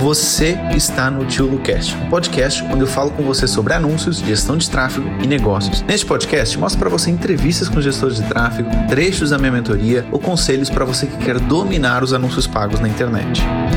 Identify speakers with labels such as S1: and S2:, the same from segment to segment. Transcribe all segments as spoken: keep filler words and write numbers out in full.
S1: Você está no TioLuCast, um podcast onde eu falo com você sobre anúncios, gestão de tráfego e negócios. Neste podcast, mostro para você entrevistas com gestores de tráfego, trechos da minha mentoria ou conselhos para você que quer dominar os anúncios pagos na internet.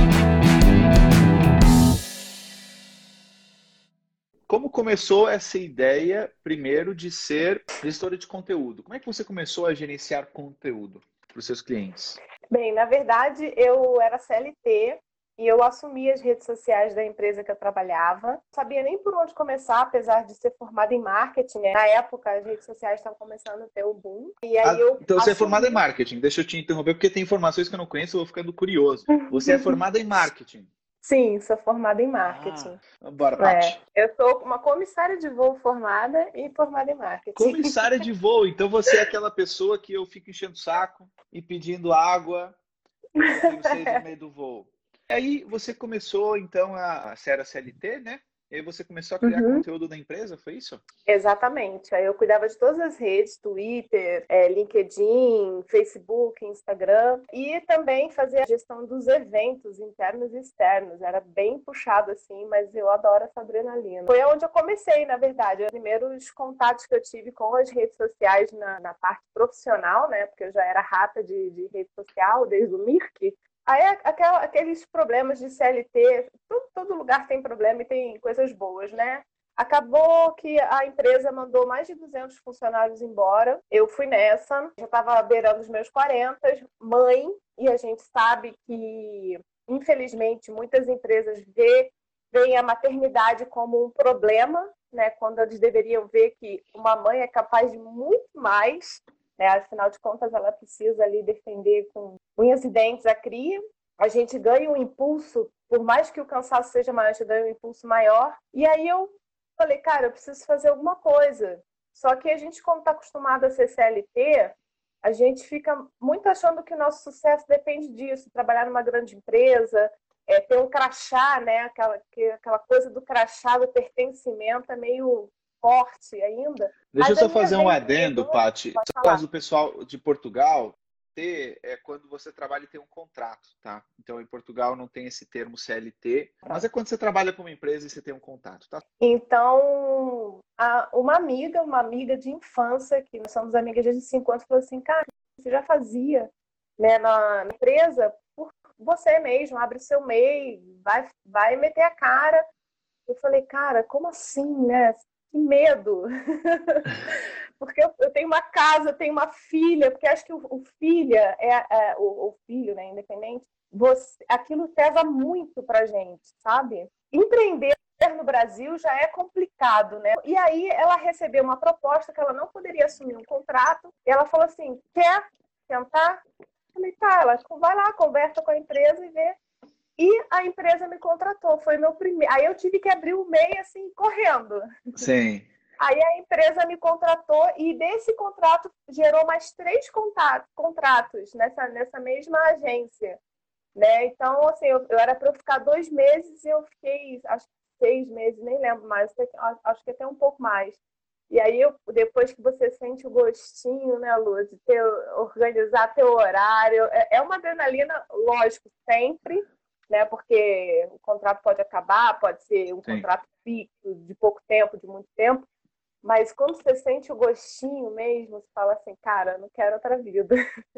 S1: Como começou essa ideia, primeiro, de ser gestora de conteúdo? Como é que você começou a gerenciar conteúdo para os seus clientes?
S2: Bem, na verdade, eu era C L T e eu assumi as redes sociais da empresa que eu trabalhava. Não sabia nem por onde começar, apesar de ser formada em marketing, né? Na época, as redes sociais estavam começando a ter um boom. E aí
S1: ah,
S2: eu
S1: então você
S2: assumi...
S1: é formada em marketing. Deixa eu te interromper, porque tem informações que eu não conheço, eu vou ficando curioso. Você é formada em marketing.
S2: Sim, sou formada em marketing.
S1: Ah, bora, Paty.
S2: É, eu sou uma comissária de voo formada e formada em marketing.
S1: Comissária de voo. Então você é aquela pessoa que eu fico enchendo o saco e pedindo água para vocês no meio do voo. Aí você começou, então, a ser a C L T, né? E aí você começou a criar
S2: Uhum.
S1: conteúdo da empresa, foi isso?
S2: Exatamente. Aí eu cuidava de todas as redes, Twitter, é, LinkedIn, Facebook, Instagram. E também fazia a gestão dos eventos internos e externos. Era bem puxado, assim, mas eu adoro essa adrenalina. Foi onde eu comecei, na verdade. Os primeiros contatos que eu tive com as redes sociais na, na parte profissional, né? Porque eu já era rata de, de rede social, desde o Mirk. Aí aquela, aqueles problemas de C L T, todo, todo lugar tem problema e tem coisas boas, né? Acabou que a empresa mandou mais de duzentos funcionários embora. Eu fui nessa, já estava beirando os meus quarenta, mãe, e a gente sabe que, infelizmente, muitas empresas vê, veem a maternidade como um problema, né? Quando eles deveriam ver que uma mãe é capaz de muito mais. Né? Afinal de contas, ela precisa ali defender com unhas e dentes a cria. A gente ganha um impulso, por mais que o cansaço seja maior, a gente ganha um impulso maior. E aí eu falei, cara, eu preciso fazer alguma coisa. Só que a gente, como está acostumado a ser C L T, a gente fica muito achando que o nosso sucesso depende disso. Trabalhar numa grande empresa, é, ter um crachá, né? Aquela, que, aquela coisa do crachá, do pertencimento, é meio forte ainda.
S1: Deixa
S2: Mas
S1: eu só fazer um adendo,
S2: chegou...
S1: Paty. No caso do pessoal de Portugal, ter é quando você trabalha e tem um contrato, tá? Então, em Portugal não tem esse termo C L T, mas é quando você trabalha com uma empresa e você tem um contato, tá?
S2: Então, a, uma amiga, uma amiga de infância, que nós somos amigas desde cinco anos, falou assim, cara, você já fazia, né, na, na empresa por você mesmo, abre o seu M E I, vai, vai meter a cara. Eu falei, cara, como assim, né? Que medo! Porque eu, eu tenho uma casa, eu tenho uma filha, porque acho que o, o filha é, é o, o filho, né, independente, você, aquilo pesa muito pra gente, sabe? Empreender no Brasil já é complicado, né? E aí ela recebeu uma proposta que ela não poderia assumir um contrato, e ela falou assim, quer tentar? Eu falei, tá, ela vai lá, conversa com a empresa e vê. E a empresa me contratou, foi meu primeiro. Aí eu tive que abrir o M E I assim, correndo.
S1: Sim.
S2: Aí a empresa me contratou e desse contrato gerou mais três contatos, contratos nessa, nessa mesma agência. Né? Então, assim, eu, eu era para eu ficar dois meses e eu fiquei, acho que seis meses, nem lembro mais, acho que até um pouco mais. E aí, eu, depois que você sente o gostinho, né, Lu, de ter, organizar teu horário, é, é uma adrenalina, lógico, sempre, né? Porque o contrato pode acabar, pode ser um
S1: Sim.
S2: contrato fixo, de pouco tempo, de muito tempo, mas quando você sente o gostinho mesmo, você fala assim, cara, eu não quero outra vida.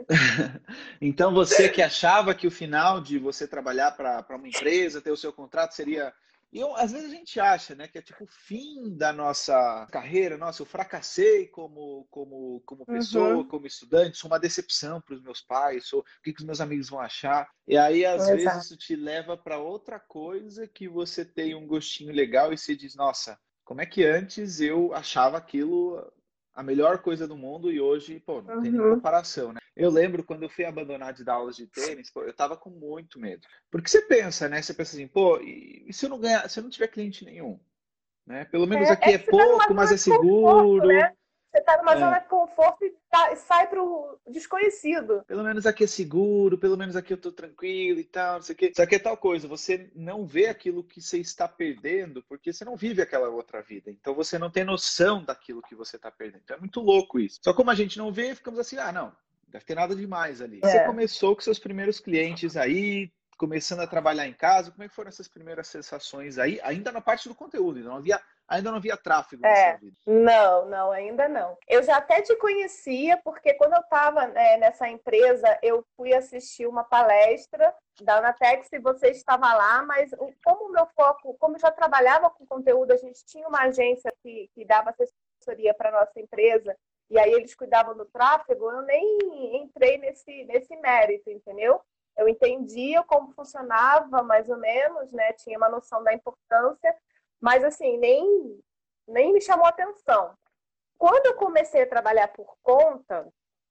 S1: Então você que achava que o final de você trabalhar para uma empresa, ter o seu contrato seria... E eu, às vezes a gente acha, né, que é tipo o fim da nossa carreira. Nossa, eu fracassei como, como, como pessoa,
S2: Uhum.
S1: como estudante, sou uma decepção para os meus pais, sou, o que, que os meus amigos vão achar. E aí, às
S2: Exato.
S1: vezes, isso te leva para outra coisa que você tem um gostinho legal e se diz, nossa, como é que antes eu achava aquilo a melhor coisa do mundo e hoje, pô, não tem nem
S2: Uhum.
S1: comparação, né? Eu lembro quando eu fui abandonar de dar aulas de tênis, pô, eu tava com muito medo. Porque você pensa, né? Você pensa assim, pô, e, e se eu não ganhar, se eu não tiver cliente nenhum, né? Pelo menos
S2: É,
S1: aqui
S2: é
S1: é
S2: que você está numa
S1: pouco, mas
S2: zona
S1: é
S2: de conforto,
S1: seguro.
S2: né? Você está numa
S1: É,
S2: zona de conforto e, tá, e sai para o desconhecido.
S1: pelo menos aqui é seguro, pelo menos aqui eu tô tranquilo e tal, não sei o quê. Só que é tal coisa, você não vê aquilo que você está perdendo porque você não vive aquela outra vida. Então você não tem noção daquilo que você está perdendo. Então é muito louco isso. Só como a gente não vê, ficamos assim, ah, não, deve ter nada demais ali. Você
S2: É.
S1: começou com seus primeiros clientes aí, começando a trabalhar em casa, como é que foram essas primeiras sensações aí, ainda na parte do conteúdo, não havia, ainda não havia tráfego na sua
S2: É,
S1: vida?
S2: não, não, ainda não. Eu já até te conhecia, porque quando eu estava é, nessa empresa, eu fui assistir uma palestra da Anatex e você estava lá, mas o- como o meu foco, como eu já trabalhava com conteúdo, a gente tinha uma agência que, que dava assessoria para a nossa empresa, e aí eles cuidavam do tráfego, eu nem entrei nesse, nesse mérito, entendeu? Eu entendia como funcionava, mais ou menos, né? Tinha uma noção da importância, mas assim, nem, nem me chamou atenção. Quando eu comecei a trabalhar por conta,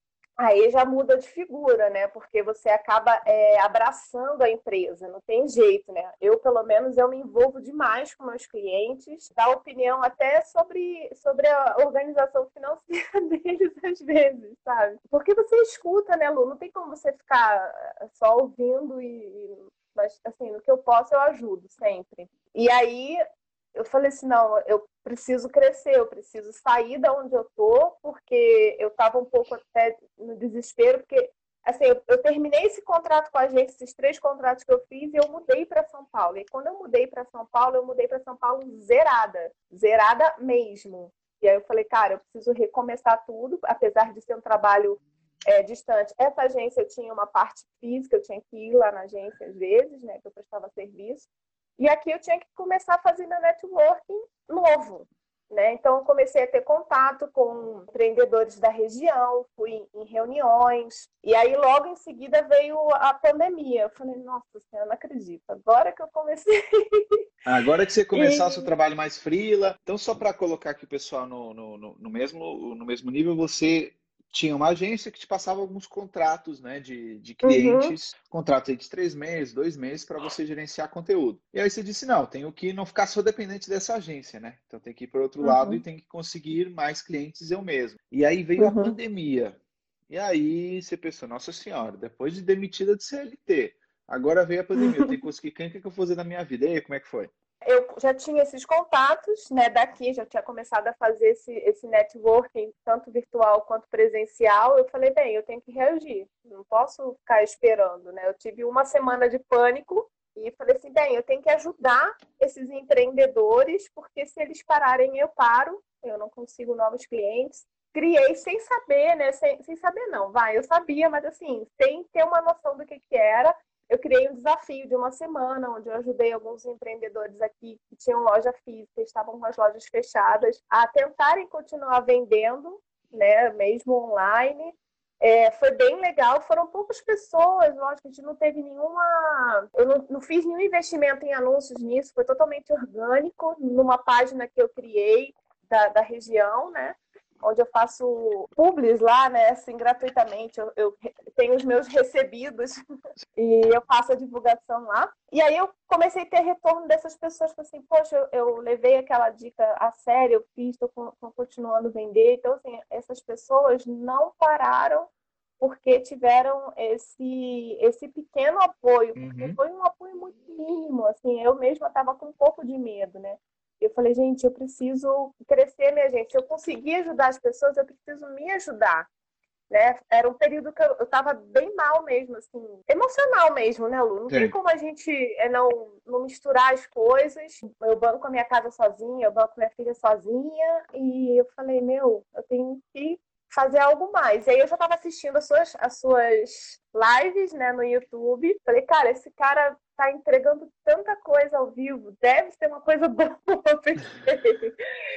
S2: aí já muda de figura, né? Porque você acaba é, abraçando a empresa, não tem jeito, né? Eu, pelo menos, eu me envolvo demais com meus clientes, dá opinião até sobre, sobre a organização financeira deles, às vezes, sabe? Porque você escuta, né, Lu? Não tem como você ficar só ouvindo e... Mas, assim, no que eu posso, eu ajudo sempre. E aí, eu falei assim, não, eu preciso crescer, eu preciso sair da onde eu tô, porque eu estava um pouco até no desespero, porque assim, eu, eu terminei esse contrato com a agência, esses três contratos que eu fiz, e eu mudei para São Paulo. E quando eu mudei para São Paulo, eu mudei para São Paulo zerada, zerada mesmo. E aí eu falei, cara, eu preciso recomeçar tudo, apesar de ser um trabalho é, distante. Essa agência eu tinha uma parte física, eu tinha que ir lá na agência às vezes, né, que eu prestava serviço. E aqui eu tinha que começar a fazer meu networking novo, né? Então eu comecei a ter contato com empreendedores da região, fui em reuniões, e aí logo em seguida veio a pandemia. Eu falei, nossa senhora, não acredito, agora que eu comecei.
S1: Agora que você começar o seu
S2: E
S1: trabalho mais freela, então só para colocar aqui o pessoal no, no, no, no mesmo, no mesmo nível, você tinha uma agência que te passava alguns contratos, né, de, de
S2: uhum,
S1: clientes, contratos aí de três meses, dois meses para você gerenciar conteúdo. E aí você disse, não, tenho que não ficar só dependente dessa agência, né? Então tem que ir para o outro lado e
S2: uhum,
S1: tem que conseguir mais clientes eu mesmo. E aí veio a
S2: uhum.
S1: pandemia. E aí você pensou, nossa senhora, depois de demitida de C L T, agora veio a pandemia, eu tenho que conseguir quem que eu vou fazer na minha vida? E aí, como é que foi?
S2: Eu já tinha esses contatos, né, daqui, já tinha começado a fazer esse, esse networking, tanto virtual quanto presencial. Eu falei, bem, eu tenho que reagir, não posso ficar esperando, né? Eu tive uma semana de pânico e falei assim, bem, eu tenho que ajudar esses empreendedores, porque se eles pararem, eu paro, eu não consigo novos clientes. Criei sem saber, né? Sem, sem saber, não, vai, eu sabia, mas assim, sem ter uma noção do que, que era. Eu criei um desafio de uma semana, onde eu ajudei alguns empreendedores aqui que tinham loja física, estavam com as lojas fechadas, a tentarem continuar vendendo, né, mesmo online. É, foi bem legal, foram poucas pessoas, lógico, a gente não teve nenhuma. Eu não, não fiz nenhum investimento em anúncios nisso, foi totalmente orgânico, numa página que eu criei da, da região, né? Onde eu faço publis lá, né, assim, gratuitamente. Eu, eu tenho os meus recebidos e eu faço a divulgação lá. E aí eu comecei a ter retorno dessas pessoas, que assim, poxa, eu, eu levei aquela dica a sério, eu fiz, estou continuando a vender. Então, assim, essas pessoas não pararam porque tiveram esse, esse pequeno apoio, porque
S1: Uhum.
S2: foi um apoio muito mínimo, assim, eu mesma estava com um pouco de medo, né? Eu falei, gente, eu preciso crescer, minha gente. Se eu conseguir ajudar as pessoas, eu preciso me ajudar, né? Era um período que eu estava bem mal mesmo, assim, emocional mesmo, né, Lu? Não tem
S1: Sim.
S2: como a gente é, não, não misturar as coisas. Eu banco a minha casa sozinha, eu banco minha filha sozinha, e eu falei, meu, eu tenho que fazer algo mais. E aí eu já estava assistindo as suas, as suas lives, né, no YouTube. Falei, cara, esse cara tá entregando tanta coisa ao vivo, deve ser uma coisa boa, pensei.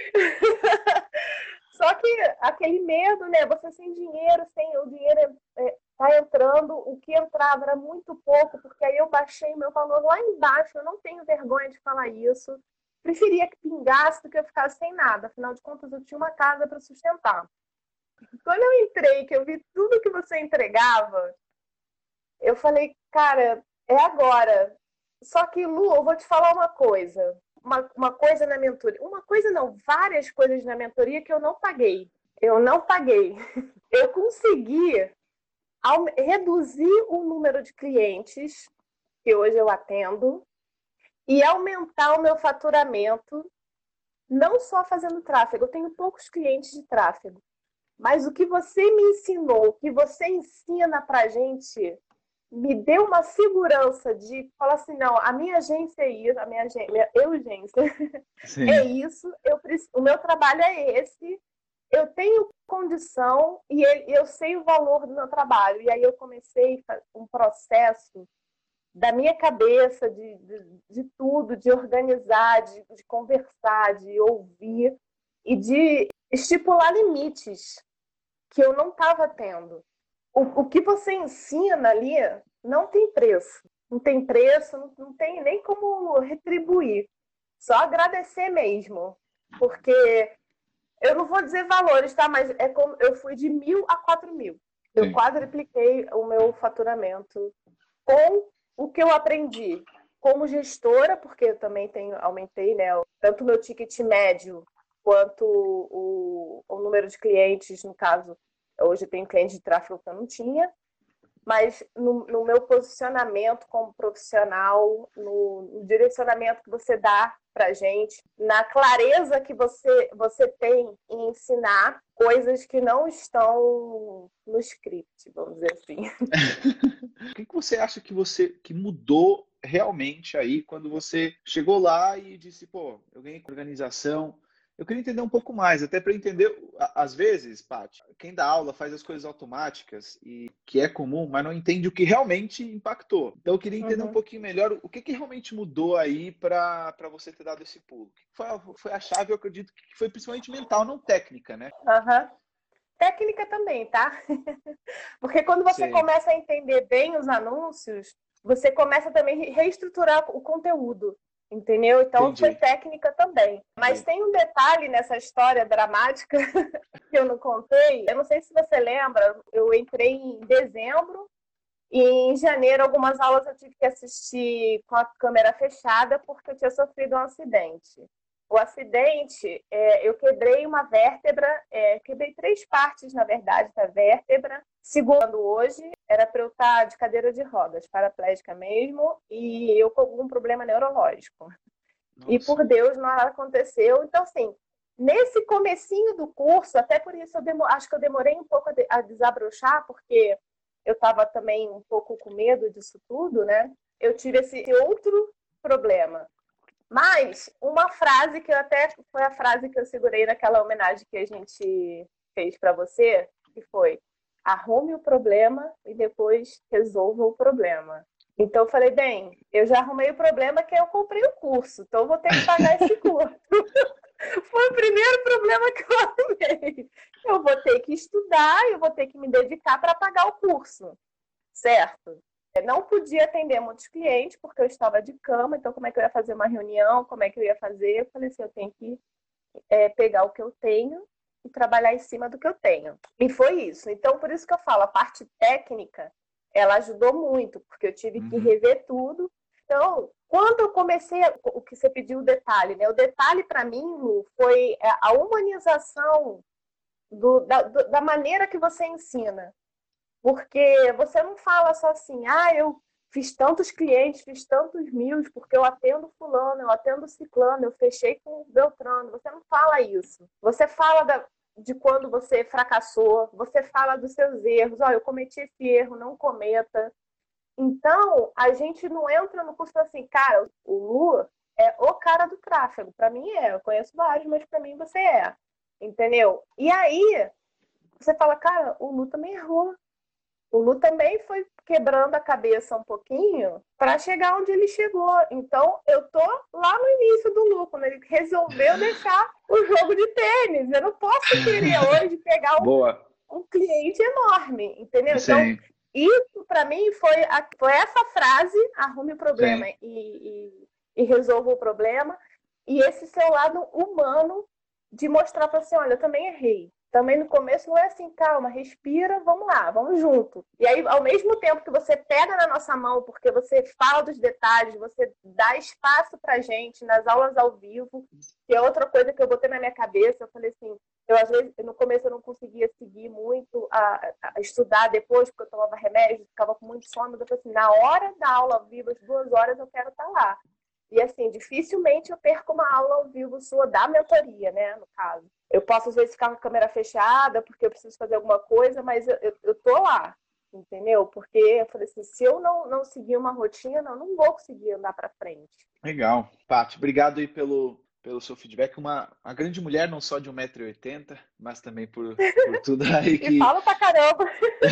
S2: Só que aquele medo, né? Você sem dinheiro, sem o dinheiro é, tá entrando, o que entrava era muito pouco, porque aí eu baixei meu valor lá embaixo, eu não tenho vergonha de falar isso. Preferia que pingasse do que eu ficasse sem nada, afinal de contas eu tinha uma casa para sustentar. Quando eu entrei, que eu vi tudo que você entregava, eu falei, cara, é agora. Só que, Lu, eu vou te falar uma coisa. Uma, uma coisa na mentoria. Uma coisa não, várias coisas na mentoria que eu não paguei. Eu não paguei. Eu consegui reduzir o número de clientes que hoje eu atendo e aumentar o meu faturamento, não só fazendo tráfego. Eu tenho poucos clientes de tráfego, mas o que você me ensinou, o que você ensina pra gente me deu uma segurança de falar assim, não, a minha agência é isso, a minha, agência, minha urgência é
S1: Sim.
S2: isso, eu, o meu trabalho é esse, eu tenho condição e eu sei o valor do meu trabalho. E aí eu comecei um processo da minha cabeça, de, de, de tudo, de organizar, de, de conversar, de ouvir e de estipular limites que eu não estava tendo. O, o que você ensina ali não tem preço. Não tem preço, não, não tem nem como retribuir. Só agradecer mesmo. Porque eu não vou dizer valores, tá? Mas é como eu fui de mil a quatro mil. Eu
S1: Sim.
S2: quadripliquei o meu faturamento com o que eu aprendi como gestora, porque eu também tenho, aumentei, né? Tanto o meu ticket médio quanto o, o número de clientes, no caso, hoje eu tenho cliente de tráfego que eu não tinha, mas no, no meu posicionamento como profissional, no, no direcionamento que você dá para gente, na clareza que você, você tem em ensinar coisas que não estão no script, vamos dizer assim.
S1: O que que você acha que você que mudou realmente aí quando você chegou lá e disse, pô, eu ganhei com organização. Eu queria entender um pouco mais, até para entender, às vezes, Paty, quem dá aula faz as coisas automáticas, e que é comum, mas não entende o que realmente impactou. Então eu queria entender um
S2: Uhum.
S1: pouquinho melhor o que, que realmente mudou aí para para você ter dado esse pulo. O que foi, a, foi a chave, eu acredito que foi principalmente mental, não técnica, né?
S2: Uhum. Técnica também, tá? Porque quando você
S1: Sei,
S2: começa a entender bem os anúncios, você começa também a reestruturar o conteúdo, entendeu? Então foi
S1: entendi,
S2: técnica também. Mas
S1: entendi.
S2: tem um detalhe nessa história dramática que eu não contei. Eu não sei se você lembra, eu entrei em dezembro e em janeiro algumas aulas eu tive que assistir com a câmera fechada porque eu tinha sofrido um acidente. O acidente, é, eu quebrei uma vértebra, é, quebrei três partes, na verdade, da vértebra. Segundo hoje, era para eu estar de cadeira de rodas, paraplégica mesmo, e eu com algum problema neurológico. E
S1: Nossa,
S2: por Deus, nada aconteceu. Então, assim, nesse comecinho do curso, até por isso eu demo, acho que eu demorei um pouco a, de, a desabrochar, porque eu estava também um pouco com medo disso tudo, né? Eu tive esse outro problema. Mas uma frase que eu até foi a frase que eu segurei naquela homenagem que a gente fez para você, que foi: arrume o problema e depois resolva o problema. Então eu falei, bem, eu já arrumei o problema que eu comprei o curso, então eu vou ter que pagar esse curso. Foi o primeiro problema que eu arrumei. Eu vou ter que estudar, eu vou ter que me dedicar para pagar o curso, certo? Eu não podia atender muitos clientes porque eu estava de cama, então como é que eu ia fazer uma reunião, como é que eu ia fazer? Eu falei assim, eu tenho que é, pegar o que eu tenho e trabalhar em cima do que eu tenho. E foi isso. Então, por isso que eu falo, a parte técnica, ela ajudou muito, porque eu tive que
S1: uhum.
S2: rever tudo. Então, quando eu comecei, a, o que você pediu o detalhe, né? O detalhe para mim, Lu, foi a humanização do, da, da maneira que você ensina. Porque você não fala só assim, ah, eu fiz tantos clientes, fiz tantos mil, porque eu atendo fulano, eu atendo ciclano, eu fechei com Beltrano. Você não fala isso. Você fala da, de quando você fracassou, você fala dos seus erros. Ó, oh, eu cometi esse erro, não cometa. Então, a gente não entra no curso assim, cara, o Lu é o cara do tráfego. Para mim é, eu conheço vários, mas para mim você é. Entendeu? E aí, você fala, cara, o Lu também errou. O Lu também foi quebrando a cabeça um pouquinho para chegar onde ele chegou. Então, eu tô lá no início do Lu, quando ele resolveu deixar o jogo de tênis. Eu não posso querer hoje pegar um,
S1: Boa.
S2: um cliente enorme, entendeu? Então,
S1: Sim,
S2: isso para mim foi, a, foi essa frase: arrume o problema
S1: sim.
S2: e, e, e resolva o problema. E esse seu lado humano de mostrar para você, olha, eu também errei. Também no começo não é assim, calma, respira, vamos lá, vamos junto. E aí, ao mesmo tempo que você pega na nossa mão, porque você fala dos detalhes, você dá espaço pra gente nas aulas ao vivo, que é outra coisa que eu botei na minha cabeça, eu falei assim, eu às vezes, no começo eu não conseguia seguir muito, a, a estudar depois, porque eu tomava remédio, ficava com muito sono, eu falei assim, na hora da aula ao vivo, as duas horas, eu quero estar lá. E assim, dificilmente eu perco uma aula ao vivo sua da mentoria, né, no caso. Eu posso, às vezes, ficar com a câmera fechada porque eu preciso fazer alguma coisa, mas eu, eu, eu tô lá. entendeu? Porque eu falei assim, se eu não, não seguir uma rotina, eu não vou conseguir andar para frente.
S1: Legal. Paty, obrigado aí pelo, pelo seu feedback. Uma, uma grande mulher, não só de um metro e oitenta, mas também por, por tudo aí
S2: E
S1: que,
S2: falo pra caramba.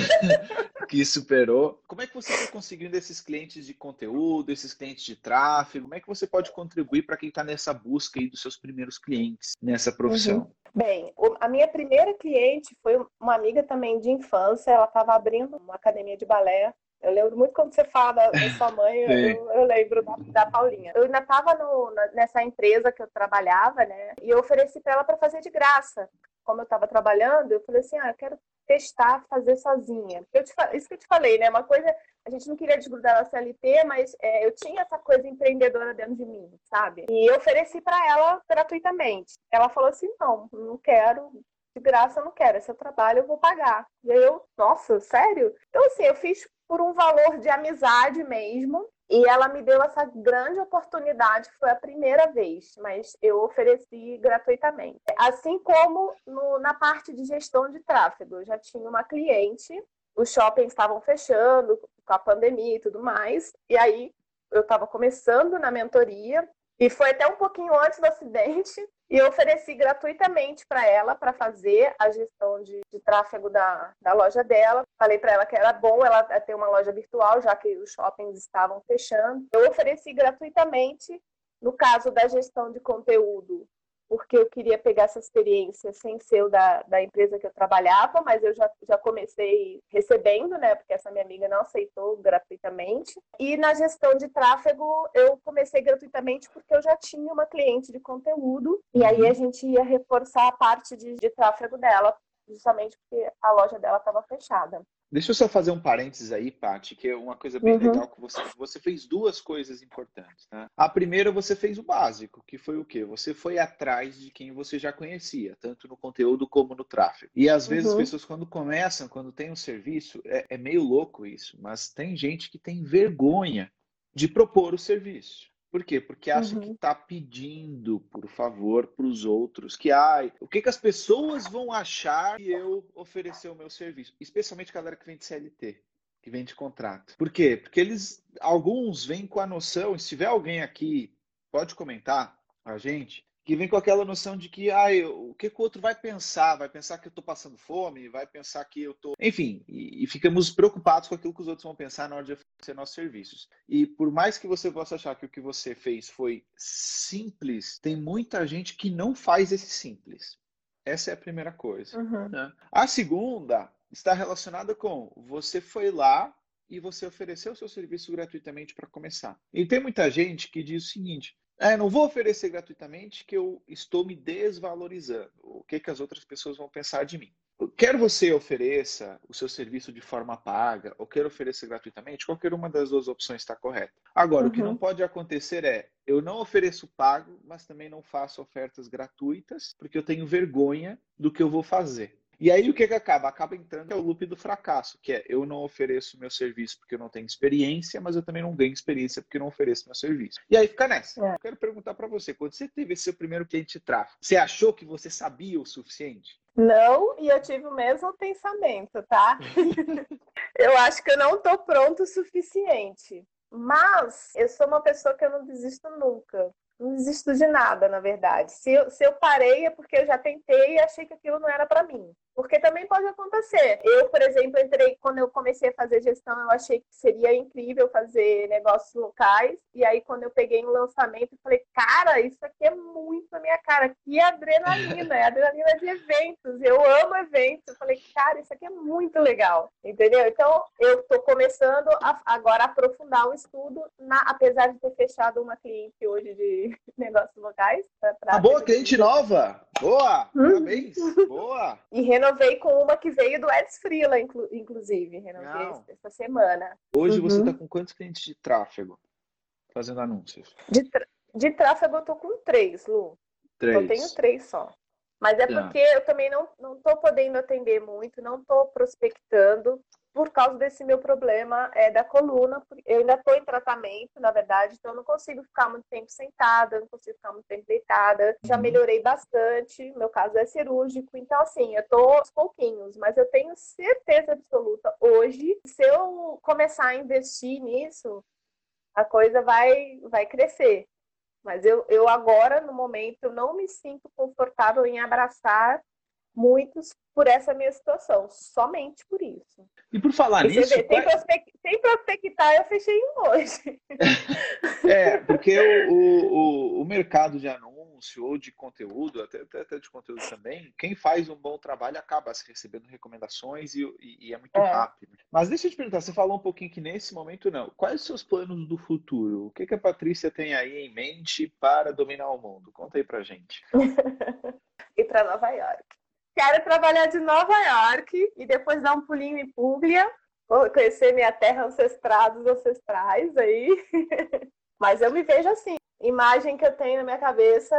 S1: que superou. Como é que você foi conseguindo esses clientes de conteúdo, esses clientes de tráfego? Como é que você pode contribuir para quem está nessa busca aí dos seus primeiros clientes nessa profissão?
S2: Uhum. Bem, a minha primeira cliente foi uma amiga também de infância. Ela estava abrindo uma academia de balé. Eu lembro muito quando você fala da, da sua mãe, eu, eu lembro da, da Paulinha. Eu ainda estava nessa empresa que eu trabalhava, né? E eu ofereci para ela para fazer de graça. Como eu estava trabalhando, eu falei assim, ah, eu quero testar fazer sozinha. Eu te, isso que eu te falei, né? Uma coisa, a gente não queria desgrudar da C L T, mas é, eu tinha essa coisa empreendedora dentro de mim, sabe? E eu ofereci para ela gratuitamente. Ela falou assim, não, não quero, de graça eu não quero, esse é o trabalho, eu vou pagar. E aí eu, nossa, sério? Então, assim, eu fiz por um valor de amizade mesmo, e ela me deu essa grande oportunidade, foi a primeira vez, mas eu ofereci gratuitamente. Assim como no, na parte de gestão de tráfego, eu já tinha uma cliente, os shoppings estavam fechando com a pandemia e tudo mais, e aí eu estava começando na mentoria, e foi até um pouquinho antes do acidente, e eu ofereci gratuitamente para ela, para fazer a gestão de, de tráfego da, da loja dela. Falei para ela que era bom ela ter uma loja virtual, já que os shoppings estavam fechando. Eu ofereci gratuitamente, no caso da gestão de conteúdo, porque eu queria pegar essa experiência sem ser o da, da empresa que eu trabalhava, mas eu já, já comecei recebendo, né? Porque essa minha amiga não aceitou gratuitamente. E na gestão de tráfego, eu comecei gratuitamente porque eu já tinha uma cliente de conteúdo, e aí a gente ia reforçar a parte de, de tráfego dela, justamente porque a loja dela estava fechada.
S1: Deixa eu só fazer um parênteses aí, Paty, que é uma coisa bem uhum. legal que você, você fez duas coisas importantes. Né? A primeira, você fez o básico, que foi o quê? Você foi atrás de quem você já conhecia, tanto no conteúdo como no tráfego. E às vezes uhum. as pessoas, quando começam, quando tem um serviço, é, é meio louco isso, mas tem gente que tem vergonha de propor o serviço. Por quê? Porque acha uhum. que está pedindo, por favor, para os outros, que ai, o que, que as pessoas vão achar se eu oferecer o meu serviço? Especialmente a galera que vem de C L T, que vem de contrato. Por quê? Porque eles, alguns vêm com a noção, e se tiver alguém aqui, pode comentar a gente, que vem com aquela noção de que ai, o que, que o outro vai pensar? Vai pensar que eu estou passando fome? Vai pensar que eu estou... Enfim, e, e ficamos preocupados com aquilo que os outros vão pensar na hora de oferecer nossos serviços. E por mais que você possa achar que o que você fez foi simples, tem muita gente que não faz esse simples. Essa é a primeira coisa. Uhum. Né? A segunda está relacionada com você foi lá e você ofereceu o seu serviço gratuitamente para começar. E tem muita gente que diz o seguinte: É, não vou oferecer gratuitamente que eu estou me desvalorizando. O que, que as outras pessoas vão pensar de mim? Quer você ofereça o seu serviço de forma paga ou quer oferecer gratuitamente, qualquer uma das duas opções está correta. Agora, uhum. o que não pode acontecer é, eu não ofereço pago, mas também não faço ofertas gratuitas, porque eu tenho vergonha do que eu vou fazer. E aí o que, que acaba? Acaba entrando é o loop do fracasso, que é eu não ofereço meu serviço porque eu não tenho experiência, mas eu também não ganho experiência porque eu não ofereço meu serviço. E aí fica nessa. É. Eu quero perguntar para você, quando você teve esse seu primeiro cliente de tráfego, você achou que você sabia o suficiente?
S2: Não, e eu tive o mesmo pensamento, tá? Eu acho que eu não estou pronto o suficiente. Mas eu sou uma pessoa que eu não desisto nunca. Não desisto de nada, na verdade. Se eu, se eu parei é porque eu já tentei e achei que aquilo não era para mim. Porque também pode acontecer. Eu, por exemplo, entrei, quando eu comecei a fazer gestão, eu achei que seria incrível fazer negócios locais. E aí, quando eu peguei um lançamento, eu falei, cara, isso aqui é muito a minha cara. Que adrenalina, é adrenalina de eventos. Eu amo eventos. Eu falei, cara, isso aqui é muito legal. Entendeu? Então, eu estou começando a, agora a aprofundar o estudo, na, apesar de ter fechado uma cliente hoje de negócios locais. Pra, pra
S1: ah, boa, cliente nova! Boa! Hum. Parabéns! Boa!
S2: E renovei com uma que veio do Ads Freela, inclu inclusive. Renovei Não. essa semana.
S1: Hoje uhum. você está com quantos clientes de tráfego fazendo anúncios?
S2: De, de tráfego eu tô com três, Lu.
S1: Três.
S2: Eu tenho três só. Mas é porque ah. eu também não, não tô podendo atender muito, não tô prospectando. por causa desse meu problema é, da coluna. Eu ainda estou em tratamento, na verdade, então eu não consigo ficar muito tempo sentada, eu não consigo ficar muito tempo deitada. Já
S1: Uhum.
S2: melhorei bastante, meu caso é cirúrgico, então assim, eu estou aos pouquinhos, mas eu tenho certeza absoluta hoje, se eu começar a investir nisso, a coisa vai, vai crescer. Mas eu, eu agora, no momento, eu não me sinto confortável em abraçar muitos por essa minha situação, somente por isso.
S1: E por falar
S2: E você
S1: nisso,
S2: vê, sem,
S1: qual é...
S2: prospect... sem prospectar, eu fechei um hoje.
S1: É, porque o, o, o mercado de anúncio ou de conteúdo, até, até, até de conteúdo também, quem faz um bom trabalho acaba se recebendo recomendações e, e, e é muito
S2: É.
S1: rápido. Mas deixa eu te perguntar, você falou um pouquinho que nesse momento não. Quais os seus planos do futuro? O que, que a Patrícia tem aí em mente para dominar o mundo? Conta aí pra gente.
S2: Ir para Nova York. Quero trabalhar de Nova York e depois dar um pulinho em Puglia, conhecer minha terra ancestral dos ancestrais aí. Mas eu me vejo assim. Imagem que eu tenho na minha cabeça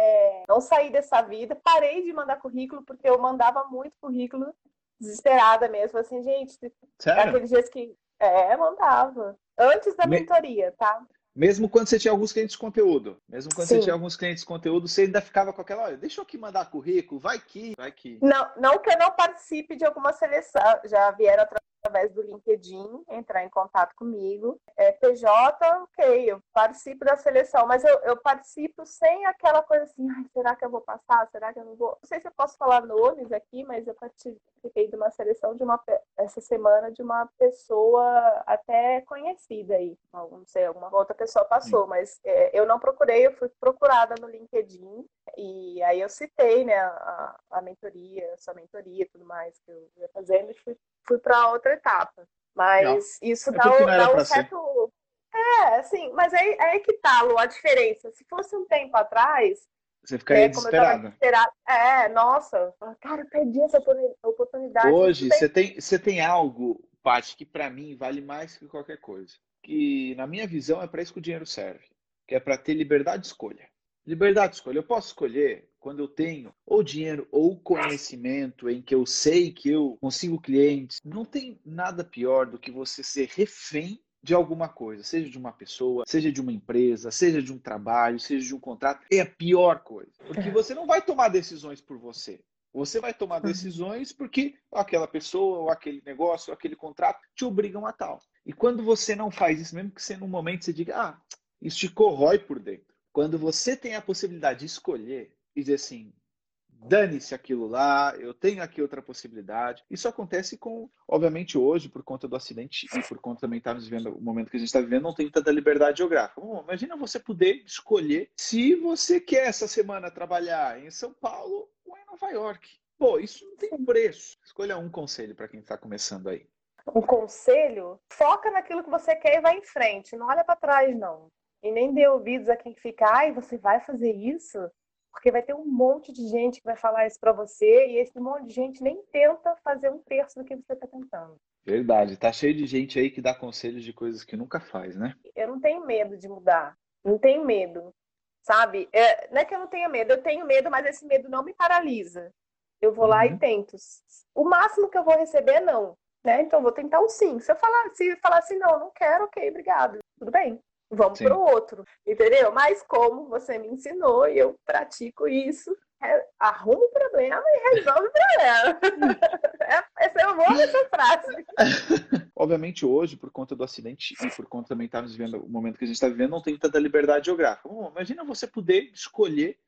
S2: é não sair dessa vida. Parei de mandar currículo porque eu mandava muito currículo, desesperada mesmo. Assim, gente,
S1: Sério?
S2: aqueles dias que. É, mandava. Antes da
S1: Me-
S2: mentoria, tá?
S1: Mesmo quando você tinha alguns clientes de conteúdo, mesmo quando você tinha
S2: Sim.
S1: alguns clientes de conteúdo, você ainda ficava com aquela, olha, deixa eu aqui mandar currículo, vai que, vai que.
S2: Não, não que eu não participe de alguma seleção, já vieram através do LinkedIn entrar em contato comigo. É, P J, ok, eu participo da seleção, mas eu, eu participo sem aquela coisa assim, ai, será que eu vou passar? Será que eu não vou? Não sei se eu posso falar nomes aqui, mas eu participei de uma seleção de uma, essa semana de uma pessoa até conhecida aí. Não sei, alguma outra pessoa passou, mas é, eu não procurei, eu fui procurada no LinkedIn. E aí eu citei, né, a, a mentoria, a sua mentoria e tudo mais que eu ia fazendo e fui, fui para outra etapa.
S1: Não.
S2: Mas isso
S1: É
S2: dá,
S1: porque não era
S2: dá um
S1: para ser.
S2: certo... É, assim, mas aí, aí que tá, Lu, a diferença. Se fosse um tempo atrás,
S1: Você ficaria
S2: né, como eu tava
S1: desesperada.
S2: desesperada, é, nossa, cara, eu perdi essa oportunidade, mas tudo
S1: Hoje,
S2: bem.
S1: você tem, você tem algo, Paty, que para mim vale mais que qualquer coisa. Que, na minha visão, é para isso que o dinheiro serve. Que é para ter liberdade de escolha. Liberdade de escolha. Eu posso escolher quando eu tenho ou dinheiro ou conhecimento em que eu sei que eu consigo clientes. Não tem nada pior do que você ser refém de alguma coisa, seja de uma pessoa, seja de uma empresa, seja de um trabalho, seja de um contrato. É a pior coisa. Porque você não vai tomar decisões por você. Você vai tomar decisões porque aquela pessoa, ou aquele negócio, ou aquele contrato te obrigam a tal. E quando você não faz isso, mesmo que você num momento você diga, ah, isso te corrói por dentro. Quando você tem a possibilidade de escolher e dizer assim, dane-se aquilo lá, eu tenho aqui outra possibilidade. Isso acontece com, obviamente hoje, por conta do acidente e por conta também estarmos vivendo o momento que a gente está vivendo, não tem tanta liberdade geográfica. Bom, imagina você poder escolher se você quer essa semana trabalhar em São Paulo ou em Nova York. Pô, isso não tem preço. Escolha um conselho para quem está começando aí.
S2: Um conselho, foca naquilo que você quer e vai em frente, não olha para trás, não. E nem dê ouvidos a quem fica, ai, você vai fazer isso? Porque vai ter um monte de gente que vai falar isso para você e esse monte de gente nem tenta fazer um terço do que você está tentando.
S1: Verdade, tá cheio de gente aí que dá conselhos de coisas que nunca faz, né?
S2: Eu não tenho medo de mudar, não tenho medo, sabe? É, não é que eu não tenha medo, eu tenho medo, mas esse medo não me paralisa. Eu vou lá e
S1: Uhum.
S2: tento. O máximo que eu vou receber é não, né? Então eu vou tentar um sim. Se eu falar, se falar assim, não, não quero, ok, obrigado, tudo bem. Vamos para
S1: Sim.
S2: o outro, entendeu? Mas como você me ensinou e eu pratico isso, é, arruma o problema e resolve o problema. É, essa eu amo essa frase.
S1: Obviamente hoje, por conta do acidente e por conta também estarmos vivendo o momento que a gente está vivendo, não tem tanta liberdade geográfica. Bom, imagina você poder escolher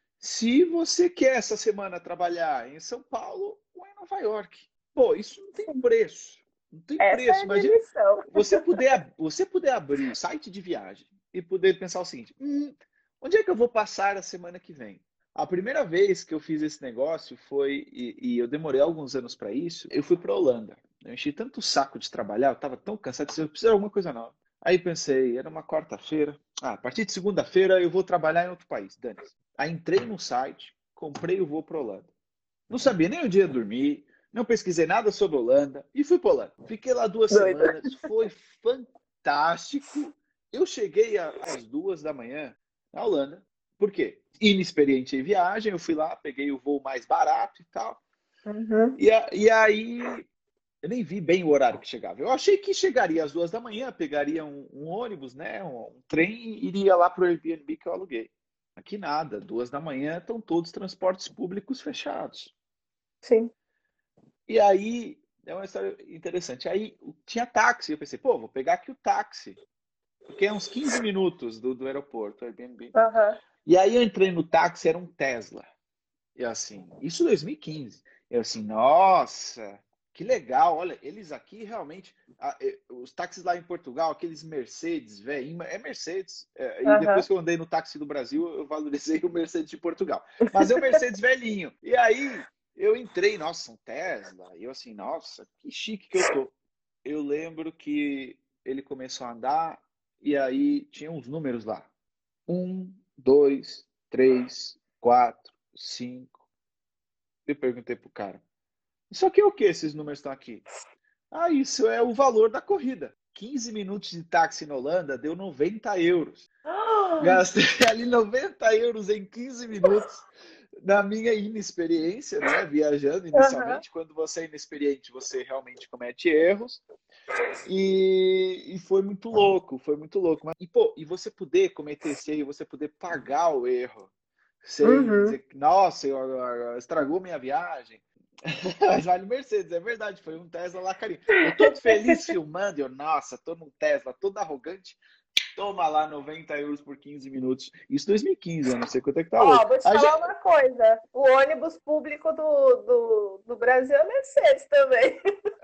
S1: se você quer essa semana trabalhar em São Paulo ou em Nova York. Pô, isso não tem preço. Não tem
S2: Essa é
S1: preço.
S2: a minha
S1: Imagina
S2: missão.
S1: você poder, você poder abrir um site de viagem e poder pensar o seguinte: hum, onde é que eu vou passar a semana que vem? A primeira vez que eu fiz esse negócio foi, e, e eu demorei alguns anos para isso, eu fui para a Holanda. Eu enchi tanto o saco de trabalhar, eu estava tão cansado, eu precisava de alguma coisa nova. Aí pensei, era uma quarta-feira, ah, a partir de segunda-feira eu vou trabalhar em outro país, dane-se. Aí entrei no site, comprei o voo para a Holanda. Não sabia nem o dia dormir, não pesquisei nada sobre a Holanda e fui para a Holanda. Fiquei lá duas
S2: Doida.
S1: semanas, foi fantástico. Eu cheguei às duas da manhã na Holanda. Por quê? Inexperiente em viagem, eu fui lá, peguei o voo mais barato e tal.
S2: Uhum.
S1: E, a, e aí Eu nem vi bem o horário que chegava. Eu achei que chegaria às duas da manhã, pegaria um, um ônibus, né, um, um trem e iria lá para o Airbnb que eu aluguei. Aqui nada, duas da manhã estão todos os transportes públicos fechados.
S2: Sim.
S1: E aí, é uma história interessante. Aí tinha táxi, eu pensei, pô, vou pegar aqui o táxi, porque é uns quinze minutos do, do aeroporto, Airbnb.
S2: Aham.
S1: E aí eu entrei no táxi, era um Tesla. E assim, isso em dois mil e quinze. Eu assim, nossa, que legal, olha, eles aqui realmente, a- eh, os táxis lá em Portugal, aqueles Mercedes, velho, é Mercedes. É, e
S2: Aham.
S1: depois que eu andei no táxi do Brasil, eu valorizei o Mercedes de Portugal. Mas é o Mercedes velhinho. E aí eu entrei, nossa, um Tesla. E eu assim, nossa, que chique que eu tô. Eu lembro que ele começou a andar e aí tinha uns números lá. Um, dois, três, quatro, cinco. Eu perguntei pro cara, isso aqui é o que esses números estão aqui? Ah, isso é o valor da corrida. quinze minutos de táxi na Holanda deu noventa euros. Gastei ali noventa euros em quinze minutos. Na minha inexperiência, né? Viajando
S2: Aham.
S1: inicialmente, quando você é inexperiente, você realmente comete erros. E, e foi muito louco, foi muito louco. Mas, e, pô, e você poder cometer esse erro, você poder pagar o erro, sem
S2: Uhum.
S1: dizer que, nossa, eu- eu- estragou minha viagem. Mas vale Mercedes, é verdade, foi um Tesla lá carinho. Eu todo feliz filmando, eu, nossa, tô num Tesla todo arrogante, toma lá noventa euros por quinze minutos. Isso em dois mil e quinze, eu não sei quanto é que tá hoje.
S2: Ó, vou te
S1: A
S2: falar
S1: gente,
S2: uma coisa. O ônibus público do, do, do Brasil é Mercedes também.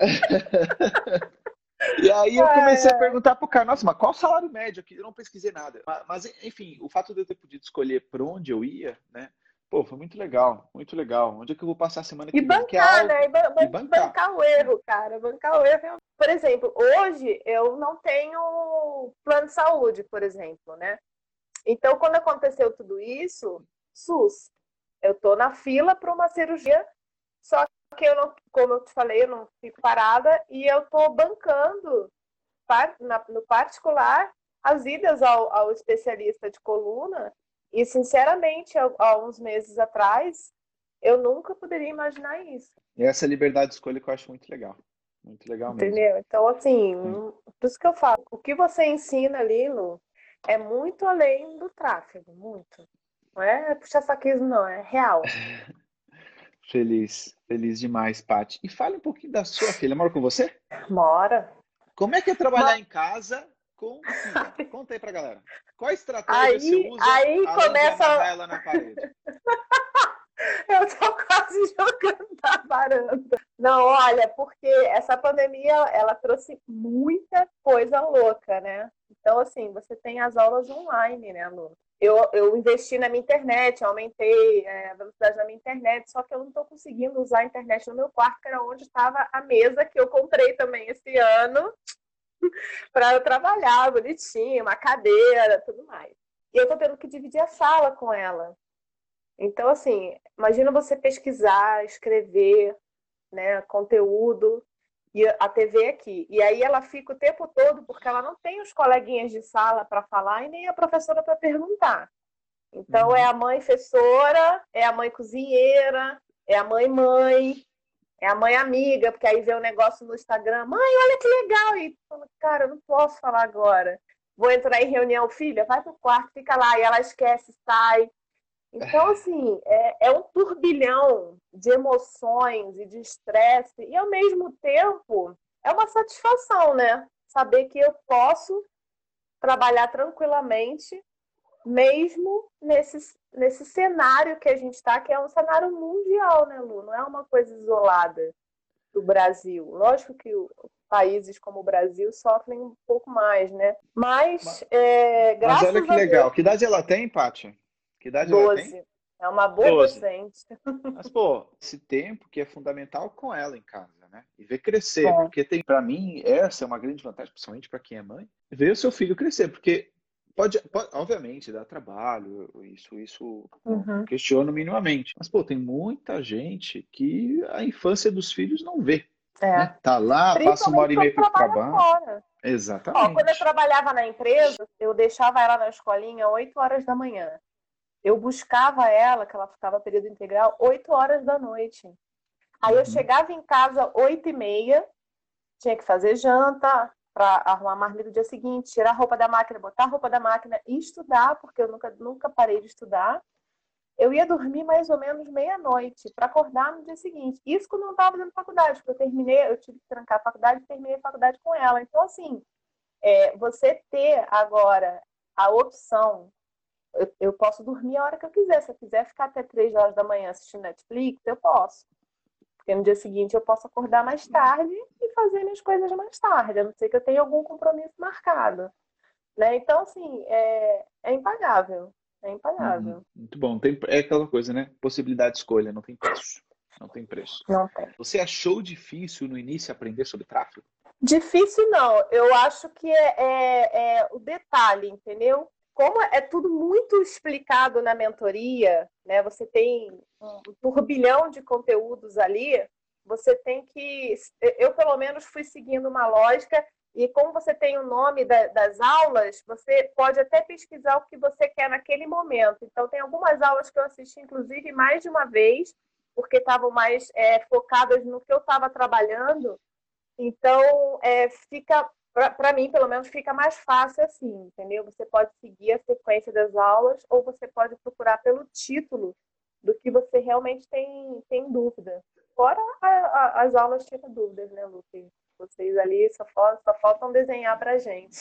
S1: e aí eu comecei a
S2: É.
S1: perguntar pro cara, nossa, mas qual o salário médio aqui? Eu não pesquisei nada. Mas, mas, enfim, o fato de eu ter podido escolher para onde eu ia, né? Pô, foi muito legal, muito legal. Onde é que eu vou passar a semana
S2: E
S1: que vem? Que é
S2: bancar, né?
S1: algo.
S2: E ban-
S1: E
S2: ban-
S1: bancar.
S2: bancar o
S1: Né?
S2: erro, cara. Bancar o erro. Por exemplo, hoje eu não tenho plano de saúde, por exemplo, né? Então, quando aconteceu tudo isso, SUS, eu tô na fila para uma cirurgia, só que eu não, como eu te falei, eu não fico parada e eu tô bancando par- na- no particular as idas ao, ao especialista de coluna. E, sinceramente, há, há uns meses atrás, eu nunca poderia imaginar isso.
S1: E essa liberdade de escolha que eu acho muito legal. Muito legal mesmo.
S2: Entendeu? Então, assim,
S1: Sim.
S2: por isso que eu falo, o que você ensina ali, Lu, é muito além do tráfego, muito. Não é puxar saquismo, não, é real.
S1: Feliz, feliz demais, Paty. E fale um pouquinho da sua filha. Mora com você?
S2: Mora.
S1: Como é que é trabalhar
S2: Mora.
S1: em casa com filha? Conta aí pra galera. Qual estratégia você
S2: Aí,
S1: usa
S2: aí
S1: além de amarrar
S2: começa.
S1: ela na parede?
S2: Eu tô quase jogando da varanda. Não, olha, porque essa pandemia, ela trouxe muita coisa louca, né? Então, assim, você tem as aulas online, né, Lu? Eu, eu investi na minha internet, aumentei é, a velocidade da minha internet, só que eu não estou conseguindo usar a internet no meu quarto, que era onde estava a mesa que eu comprei também esse ano para eu trabalhar bonitinho, uma cadeira, tudo mais. E eu estou tendo que dividir a sala com ela. Então, assim, imagina você pesquisar, escrever, né, conteúdo, e a T V aqui. E aí ela fica o tempo todo, porque ela não tem os coleguinhas de sala para falar e nem a professora para perguntar. Então, é
S1: Uhum.
S2: a mãe professora, é a mãe cozinheira, é a mãe mãe, é a mãe amiga, porque aí vê um negócio no Instagram, mãe, olha que legal, e fala, cara, eu não posso falar agora. Vou entrar em reunião, filha, vai pro quarto, fica lá, e ela esquece, sai. Então, assim, é, é um turbilhão de emoções e de estresse, e ao mesmo tempo é uma satisfação, né? Saber que eu posso trabalhar tranquilamente, mesmo nesse, nesse cenário que a gente está, que é um cenário mundial, né, Lu? Não é uma coisa isolada do Brasil. Lógico que o, países como o Brasil sofrem um pouco mais, né?
S1: Ma-
S2: Mas, é,
S1: Mas olha
S2: graças
S1: que
S2: a Deus,
S1: legal. Que idade ela tem, Paty? Que idade ela tem?
S2: doze. É uma boa
S1: Doze.
S2: docente.
S1: Mas, pô, esse tempo que é fundamental com ela em casa, né? E ver crescer,
S2: É.
S1: porque tem, para mim, essa é uma grande vantagem, principalmente para quem é mãe, ver o seu filho crescer, porque pode, pode obviamente, dar trabalho, isso, isso não
S2: Uhum.
S1: questiono minimamente. Mas, pô, tem muita gente que a infância dos filhos não vê, né?
S2: É.
S1: Tá lá, passa uma
S2: Principalmente
S1: hora e meia
S2: quando
S1: para ir pro
S2: trabalha
S1: trabalho.
S2: fora. Ó, quando eu
S1: Exatamente.
S2: trabalhava na empresa, eu deixava ela na escolinha oito horas da manhã. Eu buscava ela, que ela ficava período integral, oito horas da noite. Aí eu
S1: Uhum.
S2: chegava em casa oito e meia, tinha que fazer janta para arrumar a marmita no dia seguinte, tirar a roupa da máquina, botar a roupa da máquina e estudar, porque eu nunca, nunca parei de estudar. Eu ia dormir mais ou menos meia-noite para acordar no dia seguinte. Isso quando eu não estava fazendo faculdade, porque eu terminei, eu tive que trancar a faculdade e terminei a faculdade com ela. Então, assim, é, você ter agora a opção, eu, eu posso dormir a hora que eu quiser. Se eu quiser ficar até três horas da manhã assistindo Netflix, eu posso. Porque no dia seguinte eu posso acordar mais tarde e fazer minhas coisas mais tarde, a não ser que eu tenha algum compromisso marcado. Né? Então, assim, é, é impagável. É impagável.
S1: Uhum. Muito bom. Tem, é aquela coisa, né? Possibilidade de escolha, não tem preço. Não tem preço.
S2: Não tem.
S1: Você achou difícil no início aprender sobre tráfego?
S2: Difícil não. Eu acho que é, é, é o detalhe, entendeu? Como é tudo muito explicado na mentoria, né? Você tem um turbilhão de conteúdos ali, você tem que... Eu, pelo menos, fui seguindo uma lógica. E como você tem o nome da, das aulas, você pode até pesquisar o que você quer naquele momento. Então, tem algumas aulas que eu assisti, inclusive, mais de uma vez, porque estavam mais é, focadas no que eu estava trabalhando. Então, é, fica, para mim, pelo menos, fica mais fácil assim, entendeu? Você pode seguir a sequência das aulas ou você pode procurar pelo título do que você realmente tem, tem dúvida. Fora a, a, as aulas tiram dúvidas, né, Luque? Vocês ali só, só faltam desenhar pra gente.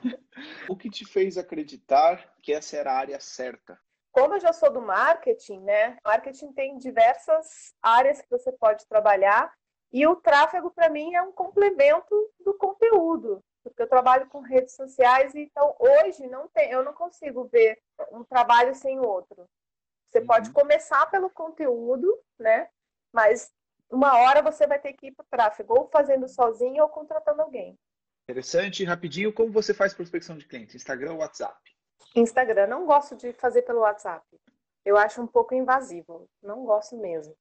S1: O que te fez acreditar que essa era a área certa?
S2: Como eu já sou do marketing, né? Marketing tem diversas áreas que você pode trabalhar e o tráfego, para mim, é um complemento do conteúdo. Porque eu trabalho com redes sociais, então hoje não tem, eu não consigo ver um trabalho sem o outro. Você uhum. pode começar pelo conteúdo, né? Mas uma hora você vai ter que ir para o tráfego, ou fazendo sozinho ou contratando alguém.
S1: Interessante. Rapidinho, como você faz prospecção de clientes? Instagram ou WhatsApp?
S2: Instagram. Não gosto de fazer pelo WhatsApp. Eu acho um pouco invasivo. Não gosto mesmo.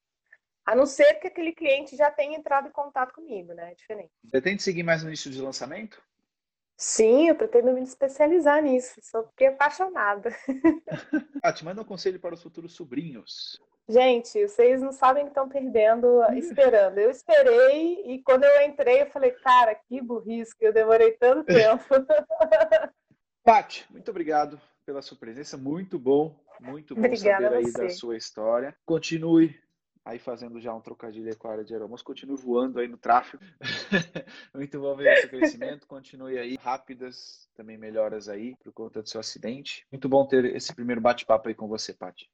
S2: A não ser que aquele cliente já tenha entrado em contato comigo, né? É diferente.
S1: Pretende seguir mais no início de lançamento?
S2: Sim, eu pretendo me especializar nisso. Sou porque apaixonada.
S1: Ah, te manda um conselho para os futuros sobrinhos.
S2: Gente, vocês não sabem que estão perdendo esperando. Eu esperei e quando eu entrei, eu falei, cara, que burrice, que eu demorei tanto tempo.
S1: Paty, muito obrigado pela sua presença. Muito bom, muito bom
S2: Obrigada
S1: saber
S2: a
S1: aí
S2: você.
S1: da sua história. Continue aí fazendo já um trocadilho com a área de aromas. Continue voando aí no tráfego. Muito bom ver o seu crescimento. Continue aí. Rápidas também melhoras aí por conta do seu acidente. Muito bom ter esse primeiro bate-papo aí com você, Paty.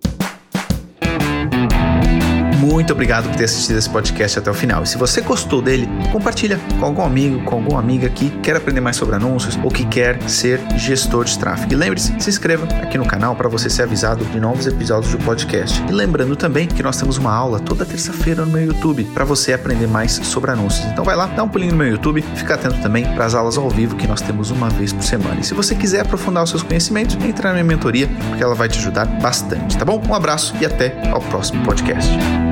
S1: Muito obrigado por ter assistido esse podcast até o final. E se você gostou dele, compartilha com algum amigo, com alguma amiga que quer aprender mais sobre anúncios ou que quer ser gestor de tráfego. E lembre-se, se inscreva aqui no canal para você ser avisado de novos episódios do podcast. E lembrando também que nós temos uma aula toda terça-feira no meu YouTube para você aprender mais sobre anúncios. Então vai lá, dá um pulinho no meu YouTube e fica atento também para as aulas ao vivo que nós temos uma vez por semana. E se você quiser aprofundar os seus conhecimentos, entra na minha mentoria porque ela vai te ajudar bastante, tá bom? Um abraço e até ao próximo podcast.